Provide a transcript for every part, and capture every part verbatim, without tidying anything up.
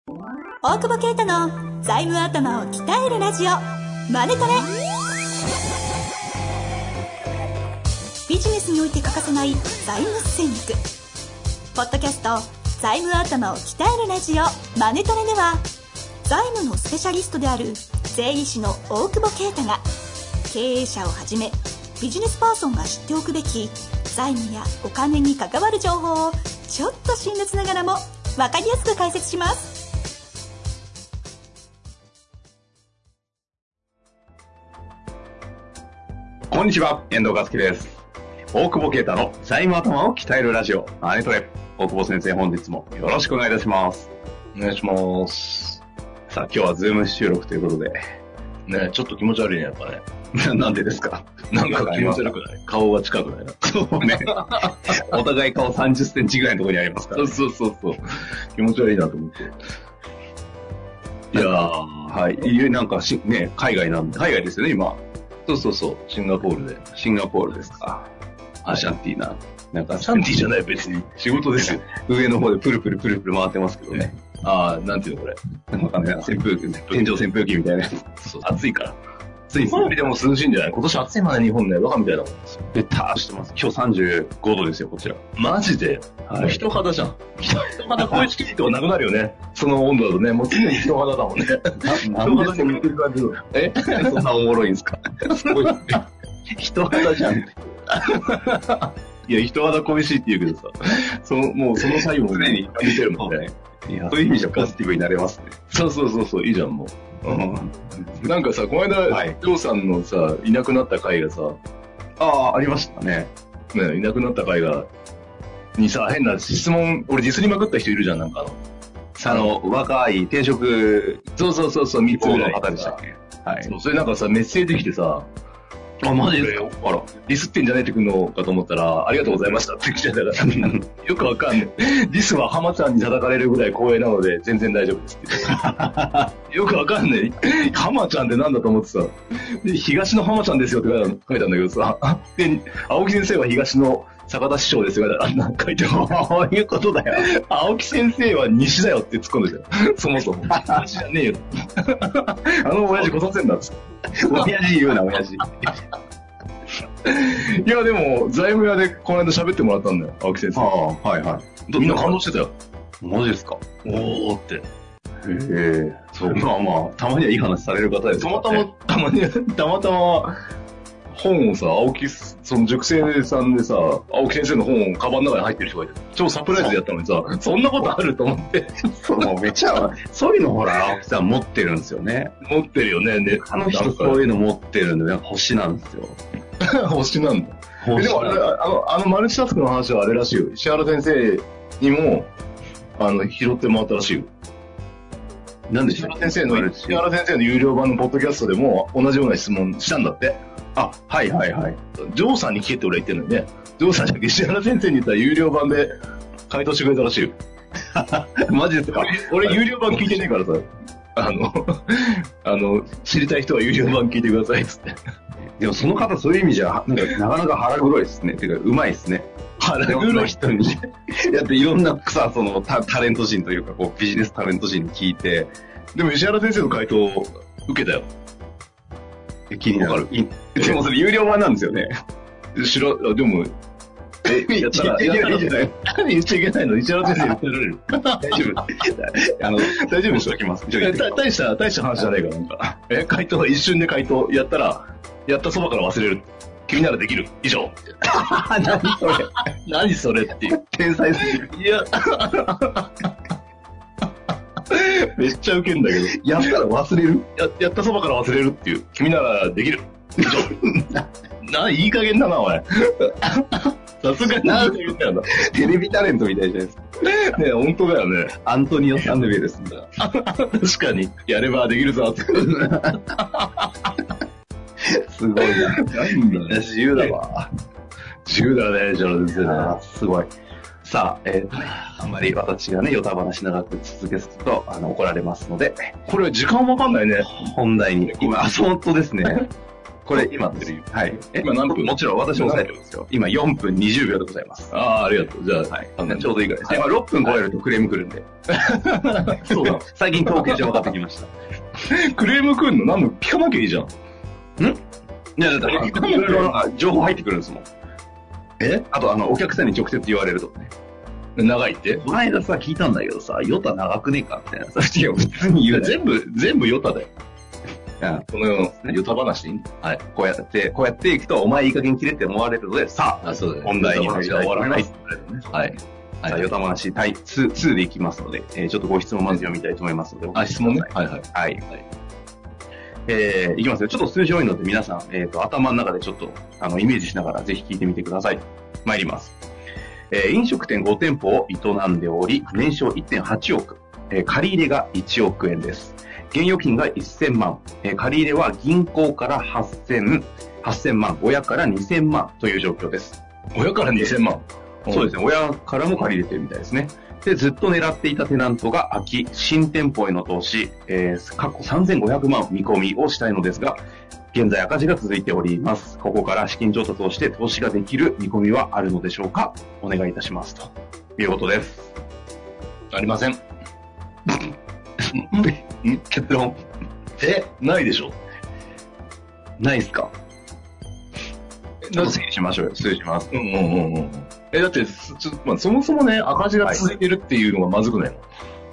大久保啓太の財務頭を鍛えるラジオマネトレ。ビジネスにおいて欠かせない財務戦略。ポッドキャスト財務頭を鍛えるラジオマネトレでは、財務のスペシャリストである税理士の大久保啓太が、経営者をはじめビジネスパーソンが知っておくべき財務やお金に関わる情報をちょっと辛辣ながらも分かりやすく解説します。 こんにちは、遠藤和樹です。大久保啓太の財務頭を鍛えるラジオマネトレ。大久保先生、本日もよろしくお願いいたします。 お願いします。 さあ、今日はズーム収録ということでね、ちょっと気持ち悪いね、やっぱね。 なんでですか？ なんか気持ち悪くない？顔が近くないな。 そうね。お互い顔さんじゅっセンチぐらいのところにありますから、 ね。そうそうそうそう。気持ち悪いなと思って。 いやー、はい。なんかし、ね、海外なんで。海外ですよね、今。 そうそうそう。シンガポールで。 シンガポールですか。アシャンティーな。 なんか、アシャンティーじゃない、別に。仕事ですよ。 上の方でプルプルプルプル回ってますけどね。 ああ、なんていうのこれ。 なんかね、扇風機、天井扇風機みたいなやつ。 そう、暑いから。暑いですね。でも涼しいんじゃない？今年暑いまで日本ね、バカみたいなもん。 ベターしてます。今日さんじゅうごどですよ、こちら。 マジで？はい。人肌じゃん。人肌こういう時期ってなくなるよね。その温度だとね、もう常に人肌だもんね。 人肌に似てる感じの。えそんなおもろいんですか？すごい。人肌じゃんって。 いや、人肌恋しいって言うけどさ、その、もうその作用も常に感じてるもんね。 いや、そういう意味じゃポジティブになれますね。 そうそうそうそう、いいじゃん、もう。うん、なんかさ、この間、はい、ジョーさんのさ、いなくなった回がさ、 ああ、ありましたね。 ね、いなくなった回が、にさ、変な質問、俺ディスりまくった人いるじゃん、なんかあの。あの、若い転職、 そうそうそうそう、みっつぐらいの方でしたっけ？ はい。そう、それなんかさ、メッセージ来てさ、あ、マジですか？あら、ディスってんじゃねえってくんのかと思ったら、ありがとうございましたって来ちゃったから、よくわかんない。ディスは浜ちゃんに叩かれるぐらい光栄なので、全然大丈夫ですってよくわかんない。浜ちゃんってなんだと思ってさ、で東の浜ちゃんですよって書いたんだけどさ、で、青木先生は東の坂田師匠ですよってなんか書いてある。 そういうことだよ。 青木先生は西だよって突っ込んでたよ。そもそも。西じゃねえよ。あの親父こそせんだっつって。 親父言うな、親父。 いや、でも、財務屋でこの間喋ってもらったんだよ、青木先生。 ああ、はいはい。 みんな感動してたよ。 マジですか？ おーって。へえ。そう。まあまあ、たまにはいい話される方ですたまたま、たまに、たまたま、本をさ、青木、その塾生さんでさ、青木先生の本をカバンの中に入ってる人がいて、超サプライズでやったのにさ、そんなことあると思って。 そう、めっちゃ、そういうのほら、青木さん持ってるんですよね。 持ってるよね。ね、 あの人そういうの持ってるんで、星なんですよ。 星なんだ。でもあれ、あの、あのマルチタスクの話はあれらしいよ。石原先生にも、あの、拾ってもらったらしいよ。 なんで石原先生の、石原先生の有料版のポッドキャストでも同じような質問したんだって。 あ、はいはいはい。 ジョーさんに聞けって俺は言ってるのにね。ジョーさんじゃなくて石原先生に言ったら有料版で回答してくれたらしいよ。 マジですか？ 俺、俺有料版聞いてねえからさ。あの、あの、知りたい人は有料版聞いてくださいっつって。 でもその方そういう意味じゃ、なんかなかなか腹黒いですね。てか、うまいですね。 腹黒い人に。やっていろんなさ、そのタ、タレント陣というか、こう、ビジネスタレント陣に聞いて。 でも石原先生の回答を受けたよ。 気になる。でもそれ有料版なんですよね。 知ら、でも、え、やったら、 言っちゃいけないじゃない。 何言っちゃいけないの？石原先生言ってられる。 大丈夫。あの、 大丈夫でしょ？ きます。 大した、大した話じゃないか、なんか。え、回答は一瞬で回答やったら、やったそばから忘れる。君ならできる。以上。 何それ。 何それっていう。 天才すぎる。 いや、めっちゃウケんだけど。 やったら忘れる？ や、やったそばから忘れるっていう。君ならできる。以上。な、いい加減だな、お前。さすがにいい加減だよな。 テレビタレントみたいじゃないですか。ねえ、本当だよね。 アントニオ・サンデベですんだ。 確かに、やればできるぞって。 すごいな。なんだね。自由だわ。 自由だね、じゃあ先生ね。 すごい。さあ、えーとね、あんまり私がね、ヨタ話長く続けすると、あの、怒られますので。 これ時間わかんないね。 本題に。今、本当ですね。 これ今、はい。 今何分？ もちろん私も抑えてますよ。今よんぷんにじゅうびょうでございます。 ああ、ありがとう。じゃあ、 はい。ちょうどいいぐらいです。今ろっぷん超えるとクレーム来るんで。 そうだ。 最近統計上分かってきました。 クレーム来るの何の聞かなきゃいいじゃん。ん？ いや、だから、いろいろ情報入ってくるんですもん。 え？ あと、あの、お客さんに直接言われるとね。 長いって？ この間さ、聞いたんだけどさ、ヨタ長くねえかみたいなさ、いや、普通に言う。 全部、全部ヨタだよ。 いや、 このヨタ話でいいんだ。 はい。こうやって、こうやっていくと、お前いい加減切れって思われるので、さあ、 あそうだね、 本題に入りたいと思います。 はい。 はい。さあ、ヨタ話、タイツー、ツーでいきますので、えー、ちょっとご質問まず読みたいと思いますので。 あ、質問ね。はいはい。 はい。はい、えー、いきますよ。ちょっと数字多いので、皆さん、えっと、頭の中でちょっと、あの、イメージしながら、ぜひ聞いてみてください。参ります。えー、飲食店ご店舗を営んでおり、年商 いってんはちおく、えー、借り入れがいちおくえんです。現預金がせんまん、えー、借り入れは銀行からはっせん、はっせんまん、親からにせんまんという状況です。 親からにせんまん？ そうですね、親からも借り入れてるみたいですね。で、ずっと狙っていたテナントが空き、新店舗への投資、えー、過去さんぜんごひゃくまん見込みをしたいのですが、現在赤字が続いております。ここから資金調達をして投資ができる見込みはあるのでしょうか？お願いいたします。ということです。 ありません。 結論。 え、ないでしょ？ ないっすか？ちょっと整理しましょうよ。失礼します。 うんうんうんうん。え、だって、ちょまあ、そもそもね、赤字が続いてるっていうのがまずくないの？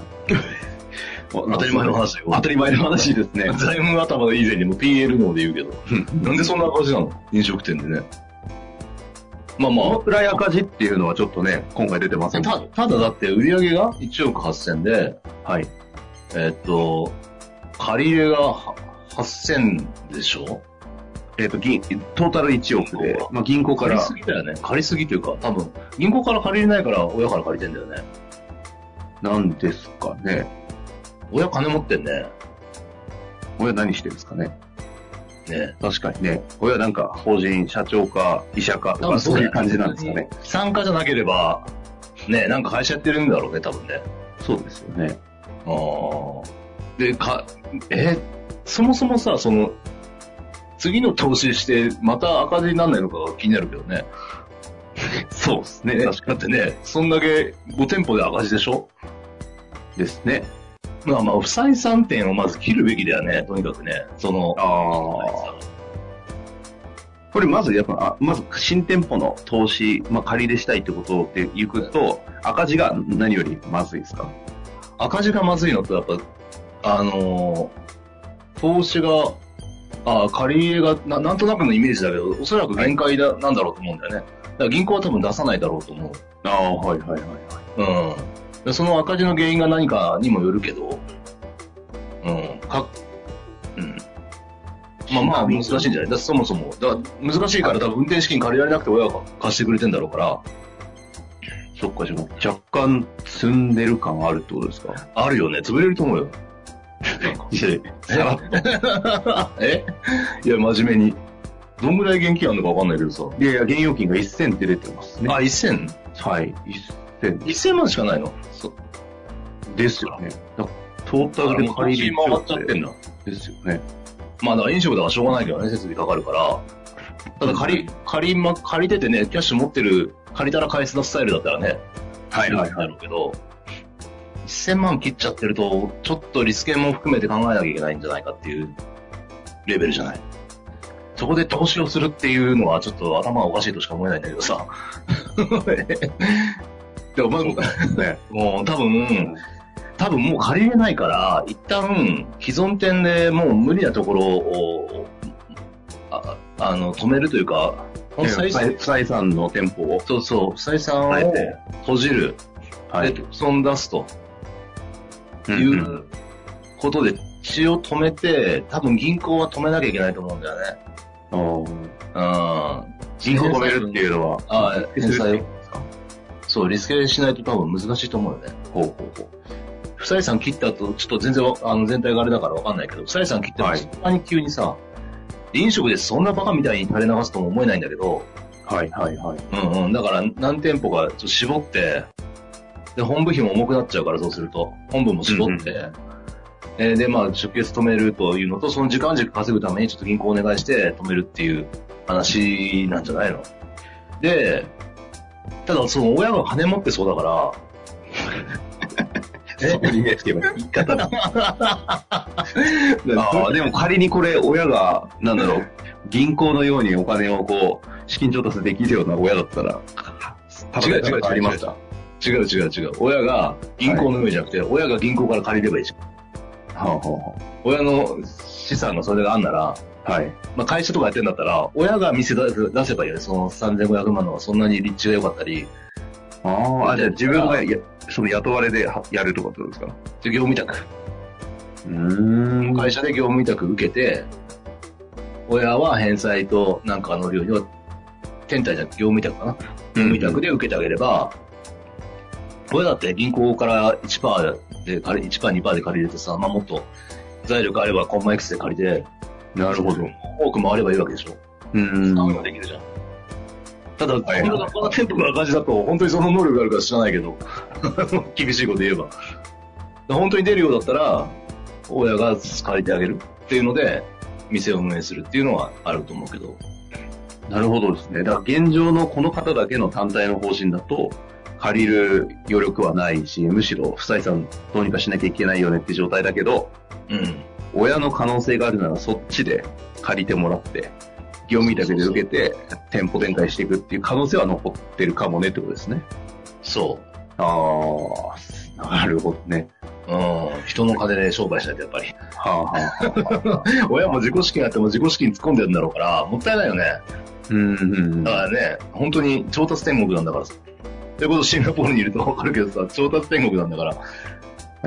当たり前の話よ。 当たり前の話ですね。 財務頭の以前にも ピーエル ので言うけど。なんでそんな赤字なの？飲食店でね。まあまあ。 このくらい赤字っていうのはちょっとね、今回出てません。 た、ただだって売り上げがいちおくはっせんで、 はい。 えー、っと、借り入れがはっせんでしょ？ えっと、銀、トータルいちおくで、まあ銀行から。 借りすぎだよね。借りすぎというか、多分、銀行から借りれないから親から借りてんだよね。 なんですかね。 親金持ってんね。 親何してるんですかね。 ね。 確かにね。親なんか法人、社長か、医者かとかそういう感じなんですかね。 参加じゃなければ、ね、なんか会社やってるんだろうね、多分ね。 そうですよね。 ああ。で、か、え、そもそもさ、その、次の投資して、また赤字にならないのかが気になるけどね。 そうですね。 確かだってね、そんだけご店舗で赤字でしょ？ ですね。 まあまあ、不採算点をまず切るべきだよね、とにかくね。その、 ああ。これまずやっぱ、あまず新店舗の投資、まあ借り入れしたいってことで行くと、赤字が何よりまずいですか？ 赤字がまずいのと、やっぱ、あのー、投資が、あ借り入れがな、なんとなくのイメージだけど、おそらく限界だ、はい、なんだろうと思うんだよね。だから銀行は多分出さないだろうと思う。 ああ、はいはいはいはい。 うん。でその赤字の原因が何かにもよるけど、うん。か、うん。まあまあ難しいんじゃない？だからそもそも。だから難しいから多分運転資金借りられなくて親が貸してくれてんだろうから。 そっか、じゃあ若干積んでる感あるってことですか？ あるよね。潰れると思うよ。えいや、真面目に。どんぐらい現金あるのか分かんないけどさ。 いやいや、現預金がせんって出てますね。 あ、せん？ はい、せん。 せんまんしかないの？ そう。ですよね。トータルで借り入れ回っちゃってんだ。 ですよね。 まあ、だから飲食だからしょうがないけどね、設備かかるから。ただ借り、借りま、借りててね、キャッシュ持ってる、借りたら返すのスタイルだったらね。 はいはいはい。だろうけど、せんまん切っちゃってると、ちょっとリスケも含めて考えなきゃいけないんじゃないかっていうレベルじゃない。そこで投資をするっていうのはちょっと頭がおかしいとしか思えないんだけどさ。でもまあ、ね、もう多分、多分もう借りれないから、一旦既存店でもう無理なところを、あ, あの止めるというか、 不採算の店舗を。 そうそう、不採算を閉じる。はい、で、損出すと。いうことで血を止めて、多分銀行は止めなきゃいけないと思うんだよね。 ああ。銀行止めるっていうのは、 ああ、返済を。そう、リスケしないと多分難しいと思うよね。 ほうほうほう。 不採算切った後、ちょっと全然あの全体があれだからわかんないけど、不採算切ってもそんなに急にさ、飲食でそんなバカみたいに垂れ流すとも思えないんだけど、 はいはいはい。 うんうん。だから何店舗かちょっと絞って、で、本部費も重くなっちゃうからそうすると、本部も絞って、 えー、で、まあ、出血止めるというのと、その時間軸稼ぐためにちょっと銀行お願いして止めるっていう話なんじゃないの？で、ただその親が金持ってそうだから、 そういう言い方だ。ああ、でも仮にこれ親が、なんだろう、銀行のようにお金をこう、資金調達できるような親だったら、 違う違う違う。ありました。違う違う違う。親が銀行の上じゃなくて、はい、親が銀行から借りればいいじゃん。はあはあはあ、親の資産がそれがあんなら、はい。まあ会社とかやってんだったら、親が店出せ、出せばいいよね。そのさんぜんごひゃくまんのそんなに立地が良かったり。 ああ、じゃあ自分がやその雇われでやるとかってことですか？ で、業務委託。うーん。会社で業務委託受けて、親は返済となんかの料理を、天体じゃなくて業務委託かな。業務委託で受けてあげれば、うん、親だって銀行から いちパーセント で借り、いちパーセント、にパーセント で借りるとさ、まあもっと財力あればコンマ X で借りて、 なるほど。 多く回ればいいわけでしょ。うん。そういうのできるじゃん。ただ、このこの店舗の赤字だと、本当にその能力があるか知らないけど、厳しいこと言えば。本当に出るようだったら、親が借りてあげるっていうので、店を運営するっていうのはあると思うけど。 なるほどですね。だから現状のこの方だけの単体の方針だと、借りる余力はないし、むしろ、不採算どうにかしなきゃいけないよねって状態だけど、うん。親の可能性があるならそっちで借りてもらって、業務委託で受けて店舗展開していくっていう可能性は残ってるかもねってことですね。 そう。 ああ、なるほどね。 うん。人の金で商売しないとやっぱり。はあはあ、親も自己資金あっても自己資金突っ込んでるんだろうから、もったいないよね。うんうん。だからね、本当に調達天国なんだからさ。ということシンガポールにいると分かるけどさ、調達天国なんだから。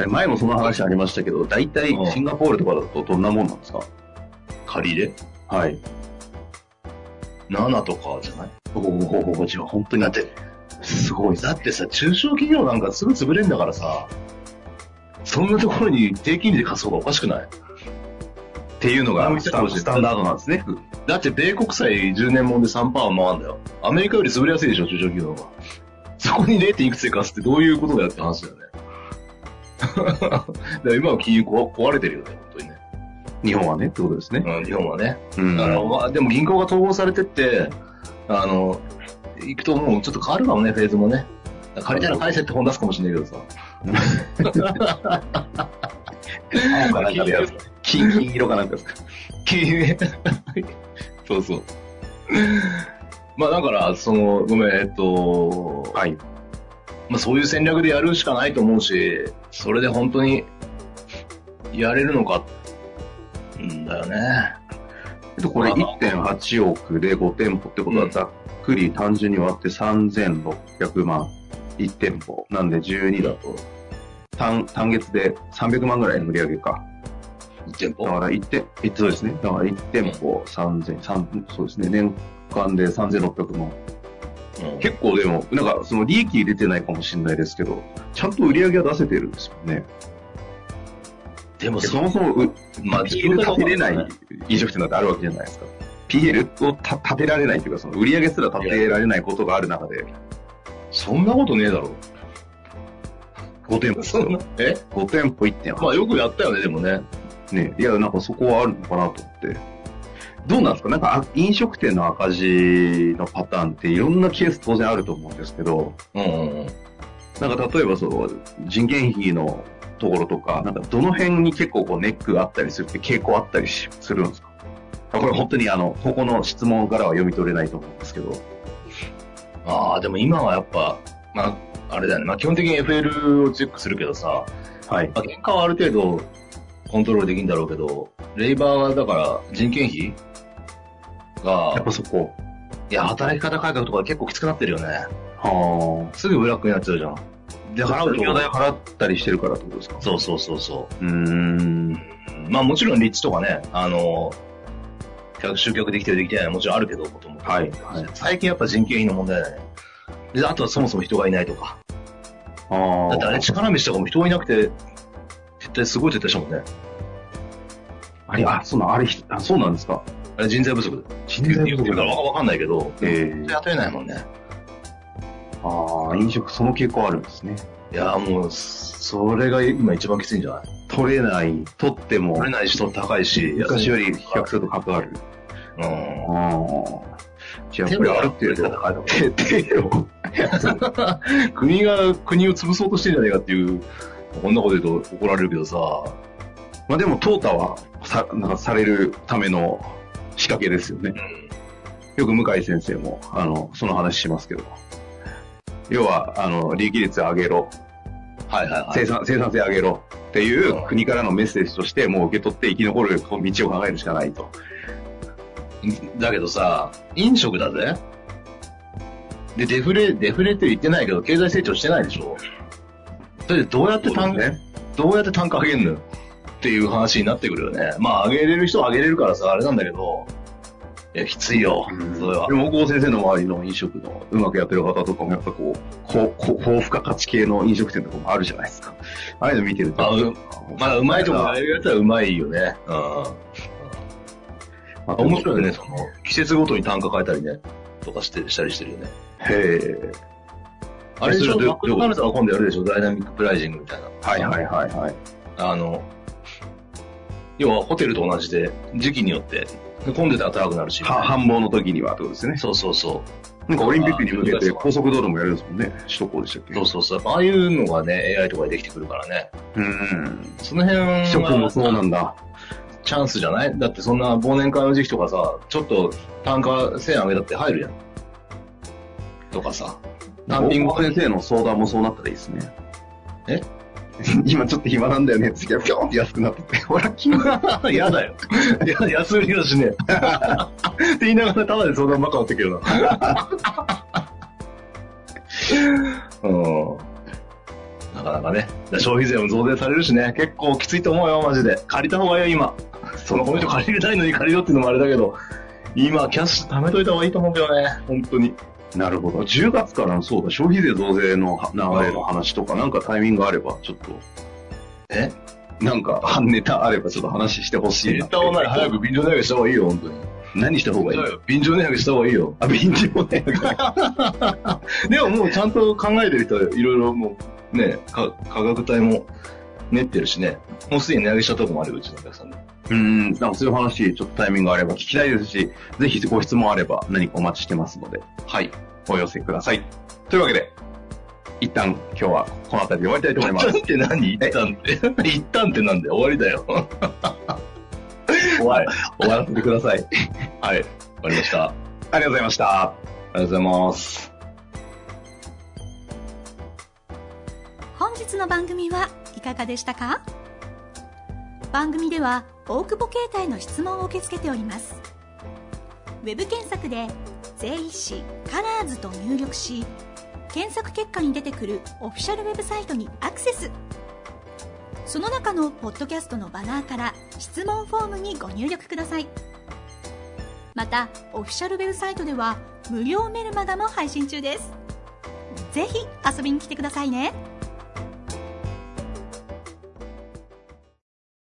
前もその話ありましたけど、大体シンガポールとかだとどんなもんなんですか？ 借り入れ？ はい。 ななとかじゃない？ おお、じゃあ本当に。 だって、 すごいですね。 だってさ、中小企業なんかすぐ潰れんだからさ、そんなところに低金利で貸す方がおかしくない？ っていうのがスタンダードなんですね。 だって米国債じゅうねんもんで さんパーセント 回るんだよ。アメリカより潰れやすいでしょ、中小企業が。そこに ゼロ. いくつで貸すってどういうことだよって話だよね。だから今は金融壊れてるよね、本当にね。 日本はねってことですね。 うん、日本はね。うん。だからまあ、でも銀行が統合されてって、あの、行くともうちょっと変わるかもね、フェーズもね。借りたら返せって本出すかもしれないけどさ。 青かなんかでやつ。金、金色かなんかですか。 金、そうそう。まあだから、その、ごめん、えっと、はい。まあそういう戦略でやるしかないと思うし、それで本当にやれるのか、んだよね。 えっと、これ いってんはちおくでご店舗ってことはざっくり単純に割ってさんぜんろっぴゃくまんいち店舗。なんでじゅうにだと単、単月でさんびゃくまんぐらいの売り上げか。 いち店舗だからいち店、そうですね。だからいち店舗さんぜん、そうですね。年間でさんぜんろっぴゃくまん。うん、結構でも、なんかその利益出てないかもしれないですけど、ちゃんと売り上げは出せてるんですよね。でもそもそも、まあ、ピーエル 立てれない飲食店だってあるわけじゃないですか。ピーエル をた立てられないというか、その売り上げすら立てられないことがある中で。 そんなことねえだろ。 ご店舗。 そんな、え ? ご 店舗いってんはち。 まあよくやったよね、でもね。 ね、いや、なんかそこはあるのかなと思って。どうなんですか？なんか飲食店の赤字のパターンっていろんなケース当然あると思うんですけど、うんうんうん、なんか例えばその人件費のところとか、なんかどの辺に結構こうネックがあったりするって傾向あったりするんですか？これ本当にあの、ここの質問からは読み取れないと思うんですけど。 ああ、でも今はやっぱ、まあ、あれだよね。まあ基本的に エフエル をチェックするけどさ、はい。まあ、原価はある程度コントロールできるんだろうけど、レイバーはだから人件費が、 やっぱそこ。 いや、働き方改革とか結構きつくなってるよね。 はあ。 すぐブラックになっちゃうじゃん。 で、払うと。業代払ったりしてるからってことですか？ そうそうそうそう。うーん。まあもちろん立地とかね、あの、集客できてるできてないのはもちろんあるけど、ことも。はい。はい、最近やっぱ人件費の問題だね。で、あとはそもそも人がいないとか。ああ。だってあれ力飯とかも人がいなくて、絶対すごい撤退したもんね。 あれ、あ、そうなん、あれ、あ、そうなんですか。 あれ人材不足で。 人材不足だからわかんないけど、ええー。雇えないもんね。 ああ、飲食その傾向あるんですね。 いや、もう、それが今一番きついんじゃない？ 取れない、取っても。 取れないし、取高いし。 昔より比較するとかかる。 うん。 ああ。じゃあ、やっぱりある程度。 手よ。国が、国を潰そうとしてんじゃねえかっていう、こんなこと言うと怒られるけどさ。 まあでも、淘汰はさ、なんかされるための仕掛けですよね。うん、よく向井先生も、あの、その話しますけど。要は、あの、利益率上げろ。 はいはいはい。 生産、生産性上げろっていう国からのメッセージとして、もう受け取って生き残る道を考えるしかないと。 だけどさ、飲食だぜ。で、デフレ、デフレって言ってないけど、経済成長してないでしょ。それでどうやって単価、ね、どうやって単価上げんのっていう話になってくるよね。まあ、上げれる人は上げれるからさ、あれなんだけど、いや、きついよ。うん、それは。 でも、大久保先生の周りの飲食のうまくやってる方とかも、やっぱこう、こう、高付加価値系の飲食店とかもあるじゃないですか。ああいうの見てると。 あうまだうまいとこやれるやつはうまいよね。うん。あ面白いよね、その、季節ごとに単価変えたりね、とかして、したりしてるよね。 へえ。 あれでしょ、マクドナルドは今度やるでしょ、ダイナミックプライジングみたいな。 はいはいはいはい。 あの、要はホテルと同じで、時期によって、混んでたら高くなるし。 繁忙の時にはってことですね。 そうそうそう。 なんかオリンピックに向けて高速道路もやるんですもんね。首都高でしたっけ。 そうそうそう。ああいうのがね、エーアイ とかでできてくるからね。 うん。 その辺は。 食もそうなんだ。 チャンスじゃない？だってそんな忘年会の時期とかさ、ちょっと単価せん上げたって入るやん。とかさ。 単品後先生の相談もそうなったらいいですね。 え今ちょっと暇なんだよねって言ってピョンって安くなってて、ほら、金が嫌だよ。いや、安売りだしね。って言いながらただで相談ばっかなってくるな。うん。なかなかね。消費税も増税されるしね。結構きついと思うよ、マジで。借りた方がいいよ、今。その、この人借りれないのに借りろっていうのもあれだけど、今、キャッシュ貯めといた方がいいと思うけどね。本当に。 なるほど。じゅうがつからそうだ、消費税増税の流れの話とか、なんかタイミングがあれば、ちょっと。 えなんか、ネタあればちょっと話してほしいな。 ネタをない、早く便乗値上げした方がいいよ、本当に。 何した方がいい？ 便乗値上げした方がいいよ。 あ、便乗値上げ。 でももうちゃんと考えてる人はいろいろもう、ね、か価格帯も練ってるしね。もうすでに値上げしたとこもあるよ、うちのお客さんで。 うーん、なんかそういう話、ちょっとタイミングがあれば聞きたいですし、ぜひご質問あれば何かお待ちしてますので、はい、お寄せください。というわけで、一旦今日はこの辺りで終わりたいと思います。 一旦って何？一旦って。一旦ってなんで終わりだよ。 終わ終わらせてください。 はい、終わりました。 ありがとうございました。 ありがとうございます。 本日の番組はいかがでしたか？番組では大久保携帯の質問を受け付けております。ウェブ検索で税理士カラーズと入力し、検索結果に出てくるオフィシャルウェブサイトにアクセス。その中のポッドキャストのバナーから質問フォームにご入力ください。またオフィシャルウェブサイトでは無料メルマガも配信中です。ぜひ遊びに来てくださいね。